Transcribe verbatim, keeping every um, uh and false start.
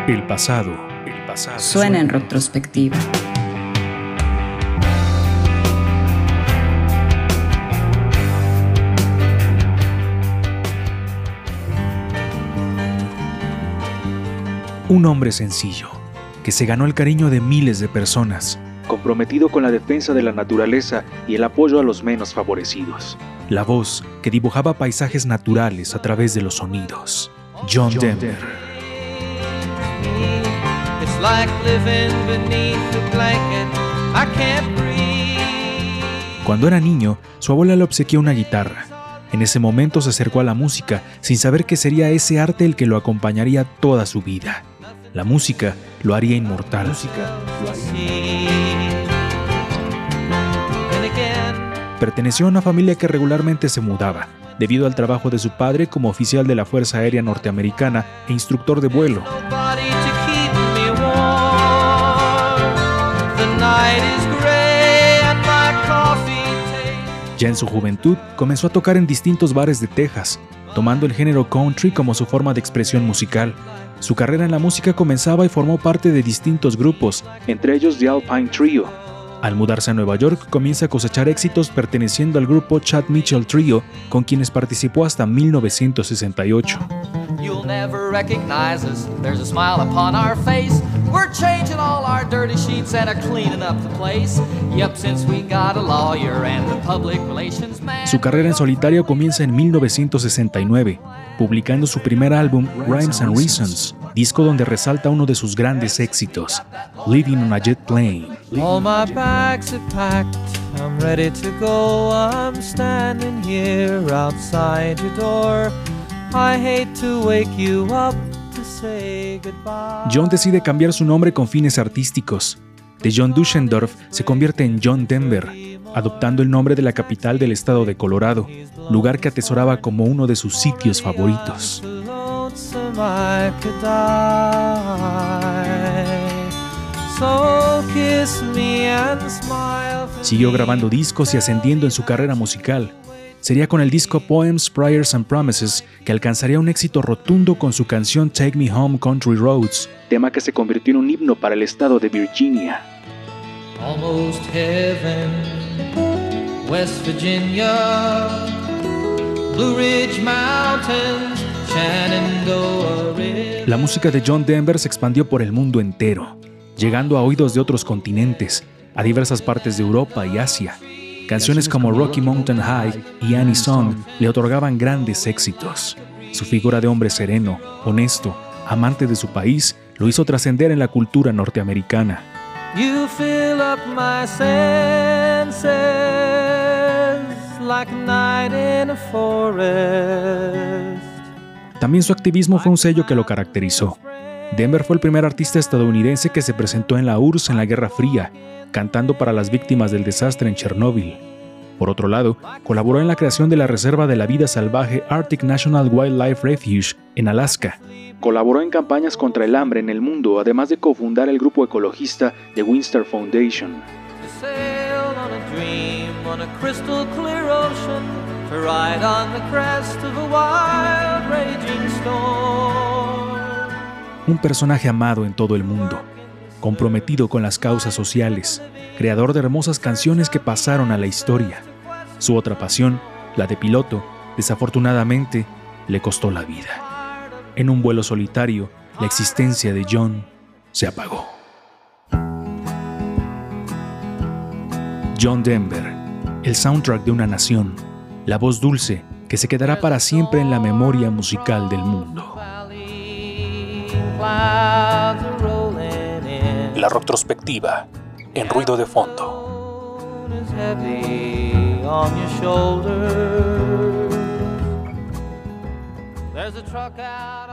El pasado, el pasado suena en retrospectiva. Un hombre sencillo, que se ganó el cariño de miles de personas, comprometido con la defensa de la naturaleza y el apoyo a los menos favorecidos. La voz que dibujaba paisajes naturales a través de los sonidos. John, John Denver. Cuando era niño, su abuela le obsequió una guitarra. En ese momento se acercó a la música, sin saber que sería ese arte el que lo acompañaría toda su vida. La música lo haría inmortal. Música lo haría. Perteneció a una familia que regularmente se mudaba, debido al trabajo de su padre como oficial de la Fuerza Aérea Norteamericana e instructor de vuelo. Ya en su juventud, comenzó a tocar en distintos bares de Texas, tomando el género country como su forma de expresión musical. Su carrera en la música comenzaba y formó parte de distintos grupos, entre ellos The Alpine Trio. Al mudarse a Nueva York, comienza a cosechar éxitos perteneciendo al grupo Chad Mitchell Trio, con quienes participó hasta mil novecientos sesenta y ocho. You'll never recognize us. There's a smile upon our face. We're changing all our dirty sheets and are cleaning up the place. Yep, since we got a lawyer and the public relations man. Su carrera en solitario comienza en mil novecientos sesenta y nueve, publicando su primer álbum Rhymes and Reasons, disco donde resalta uno de sus grandes éxitos, Living on a Jet Plane. All my bags are packed, I'm ready to go. I'm standing here outside your door. I hate to wake you up to say goodbye. John decide cambiar su nombre con fines artísticos. De John Duschendorf se convierte en John Denver, adoptando el nombre de la capital del estado de Colorado, lugar que atesoraba como uno de sus sitios favoritos. Siguió grabando discos y ascendiendo en su carrera musical. Sería con el disco Poems, Prayers and Promises que alcanzaría un éxito rotundo con su canción Take Me Home Country Roads, tema que se convirtió en un himno para el estado de Virginia. Almost heaven, West Virginia, Blue Ridge Mountains, Shenandoah River. La música de John Denver se expandió por el mundo entero, llegando a oídos de otros continentes, a diversas partes de Europa y Asia. Canciones como Rocky Mountain High y Annie Song le otorgaban grandes éxitos. Su figura de hombre sereno, honesto, amante de su país, lo hizo trascender en la cultura norteamericana. You fill up my senses like a night in a forest. También su activismo fue un sello que lo caracterizó. Denver fue el primer artista estadounidense que se presentó en la U R S S en la Guerra Fría, cantando para las víctimas del desastre en Chernóbil. Por otro lado, colaboró en la creación de la Reserva de la Vida Salvaje Arctic National Wildlife Refuge en Alaska. Colaboró en campañas contra el hambre en el mundo, además de cofundar el grupo ecologista The Winstar Foundation. Un personaje amado en todo el mundo, comprometido con las causas sociales, creador de hermosas canciones que pasaron a la historia. Su otra pasión, la de piloto, desafortunadamente, le costó la vida. En un vuelo solitario, la existencia de John se apagó. John Denver, el soundtrack de una nación, la voz dulce que se quedará para siempre en la memoria musical del mundo. La retrospectiva en Ruido de Fondo. There's a truck out